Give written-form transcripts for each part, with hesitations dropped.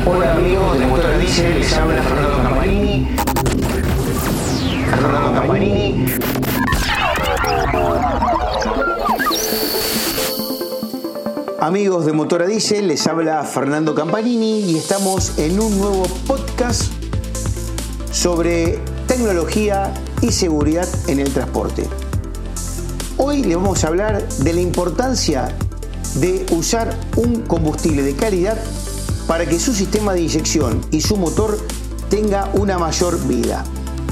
Hola amigos de Motora Diesel, les habla Fernando Campanini. Amigos de Motora Diesel, les habla Fernando Campanini y estamos en un nuevo podcast sobre tecnología y seguridad en el transporte. Hoy les vamos a hablar de la importancia de usar un combustible de calidad para que su sistema de inyección y su motor tenga una mayor vida.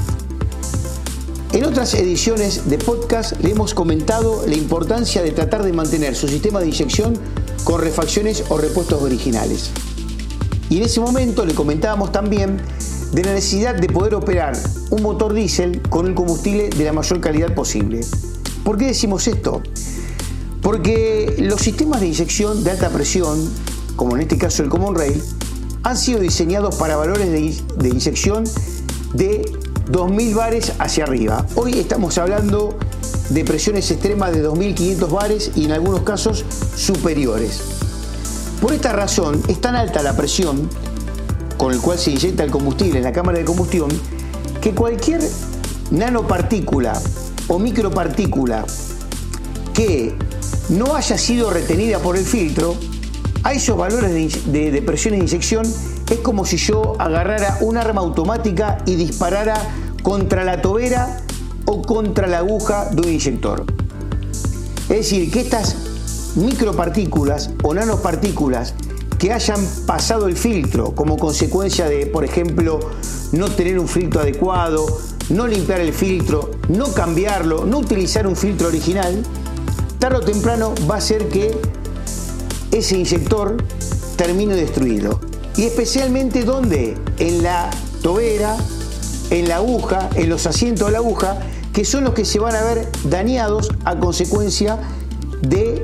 En otras ediciones de podcast le hemos comentado la importancia de tratar de mantener su sistema de inyección con refacciones o repuestos originales. Y en ese momento le comentábamos también de la necesidad de poder operar un motor diésel con el combustible de la mayor calidad posible. ¿Por qué decimos esto? Porque los sistemas de inyección de alta presión, como en este caso el Common Rail, han sido diseñados para valores de inyección de 2000 bares hacia arriba. Hoy estamos hablando de presiones extremas de 2500 bares y en algunos casos superiores. Por esta razón es tan alta la presión con el cual se inyecta el combustible en la cámara de combustión que cualquier nanopartícula o micropartícula que no haya sido retenida por el filtro, a esos valores de presión de inyección es como si yo agarrara un arma automática y disparara contra la tobera o contra la aguja de un inyector. Es decir, que estas micropartículas o nanopartículas que hayan pasado el filtro como consecuencia de, por ejemplo, no tener un filtro adecuado, no limpiar el filtro, no cambiarlo, no utilizar un filtro original, tarde o temprano va a hacer que ese inyector termine destruido. Y especialmente ¿dónde? En la tobera, en la aguja, en los asientos de la aguja, que son los que se van a ver dañados a consecuencia de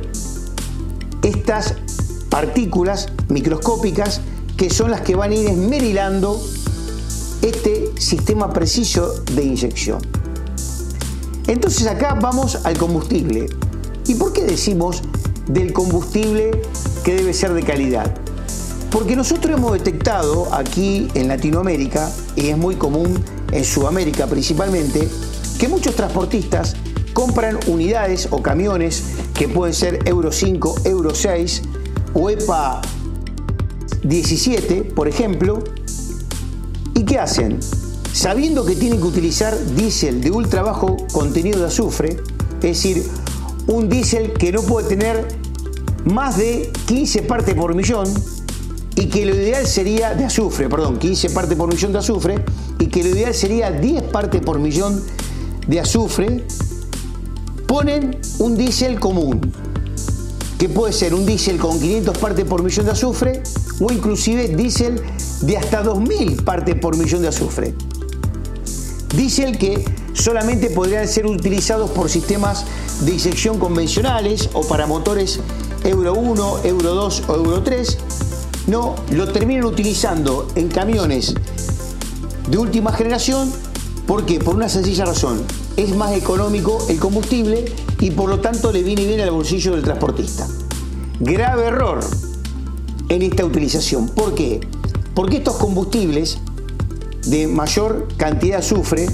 estas partículas microscópicas que son las que van a ir esmerilando este sistema preciso de inyección. Entonces acá vamos al combustible. ¿Y por qué decimos del combustible que debe ser de calidad? Porque nosotros hemos detectado aquí en Latinoamérica, y es muy común en Sudamérica principalmente, que muchos transportistas compran unidades o camiones que pueden ser Euro 5, Euro 6 o EPA 17, por ejemplo. ¿Y qué hacen? Sabiendo que tienen que utilizar diésel de ultra bajo contenido de azufre, es decir, un diésel que no puede tener más de 15 partes por millón y que lo ideal sería de azufre, 15 partes por millón de azufre y que lo ideal sería 10 partes por millón de azufre, ponen un diésel común, que puede ser un diésel con 500 partes por millón de azufre o inclusive diésel de hasta 2000 partes por millón de azufre. Diésel que solamente podrían ser utilizados por sistemas de inyección convencionales o para motores Euro 1, Euro 2 o Euro 3. No, lo terminan utilizando en camiones de última generación. ¿Por qué? Por una sencilla razón. Es más económico el combustible y por lo tanto le viene bien al bolsillo del transportista. Grave error en esta utilización. ¿Por qué? Porque estos combustibles de mayor cantidad de azufre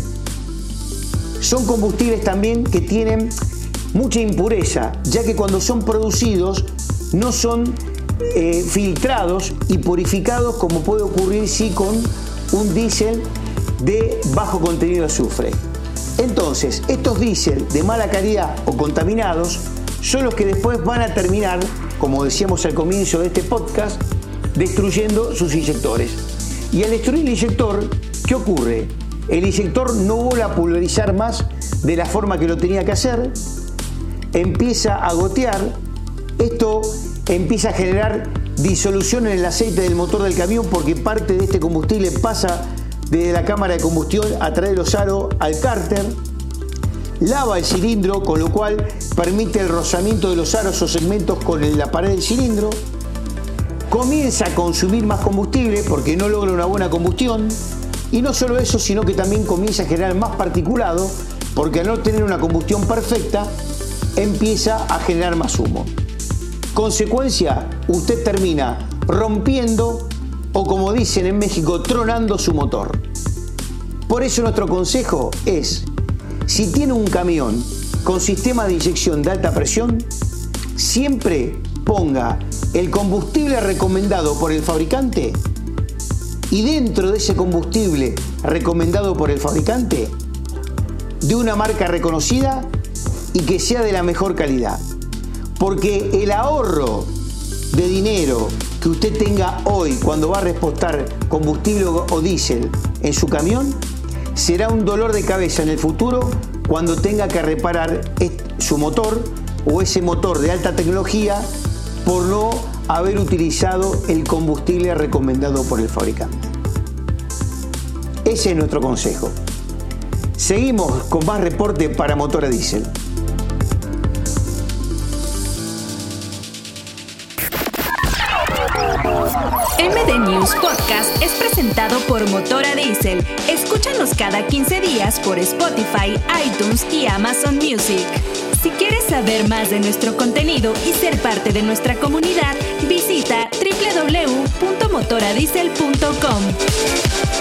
son combustibles también que tienen mucha impureza, ya que cuando son producidos no son filtrados y purificados como puede ocurrir sí con un diésel de bajo contenido de azufre. Entonces, estos diésel de mala calidad o contaminados son los que después van a terminar, como decíamos al comienzo de este podcast, destruyendo sus inyectores. Y al destruir el inyector, ¿qué ocurre? El inyector no vuelve a pulverizar más de la forma que lo tenía que hacer, empieza a gotear, esto empieza a generar disolución en el aceite del motor del camión porque parte de este combustible pasa desde la cámara de combustión a través de los aros al cárter, lava el cilindro, con lo cual permite el rozamiento de los aros o segmentos con la pared del cilindro, comienza a consumir más combustible porque no logra una buena combustión, y no solo eso, sino que también comienza a generar más particulado porque al no tener una combustión perfecta empieza a generar más humo. Consecuencia, usted termina rompiendo o como dicen en México, tronando su motor. Por eso nuestro consejo es, si tiene un camión con sistema de inyección de alta presión, siempre ponga el combustible recomendado por el fabricante y dentro de ese combustible recomendado por el fabricante, de una marca reconocida y que sea de la mejor calidad. Porque el ahorro de dinero que usted tenga hoy cuando va a repostar combustible o diésel en su camión será un dolor de cabeza en el futuro cuando tenga que reparar su motor o ese motor de alta tecnología por no haber utilizado el combustible recomendado por el fabricante. Ese es nuestro consejo. Seguimos con más reporte para Motora Diesel. MD News Podcast es presentado por Motora Diesel. Escúchanos cada 15 días por Spotify, iTunes y Amazon Music. Si quieres saber más de nuestro contenido y ser parte de nuestra comunidad, visita www.motoradiesel.com.